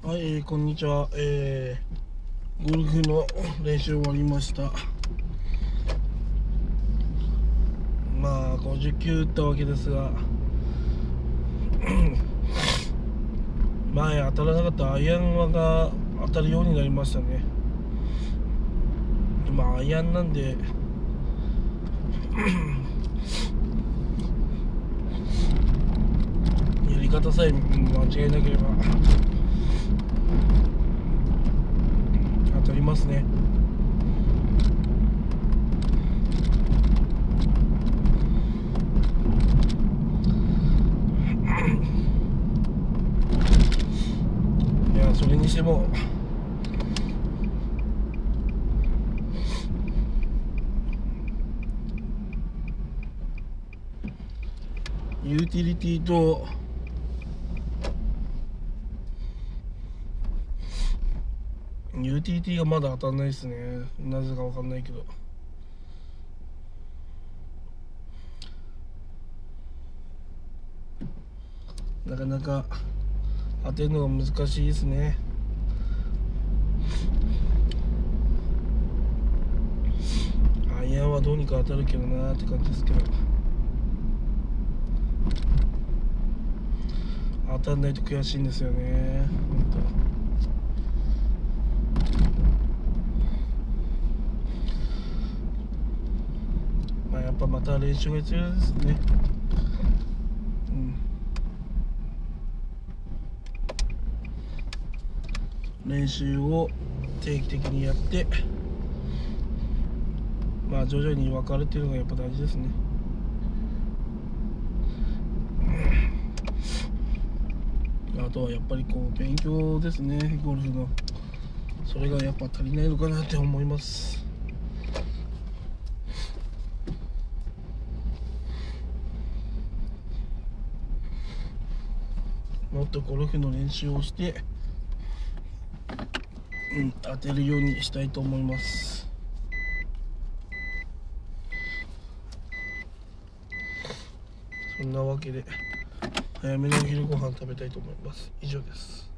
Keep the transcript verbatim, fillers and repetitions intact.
はい、えーこんにちは。えーゴルフの練習終わりました。まあごじゅっきゅう打ったわけですが前当たらなかったアイアンが当たるようになりましたね。まあアイアンなんでやり方さえ間違えなければ当たりますね。いやそれにしてもユーティリティとユーティリティがまだ当たんないですね。なぜかわかんないけど。なかなか当てるのが難しいですね。アイアンはどうにか当たるけどなーって感じですけど、当たんないと悔しいんですよね。本当。まあやっぱまた練習が必要ですね。うん、練習を定期的にやって、まあ徐々に分かるっていうのがやっぱ大事ですね。あとはやっぱりこう勉強ですね、ゴルフの。それがやっぱ足りないのかなって思います。もっとゴルフの練習をして、うん、当てるようにしたいと思います。そんなわけで早めのお昼ご飯食べたいと思います。以上です。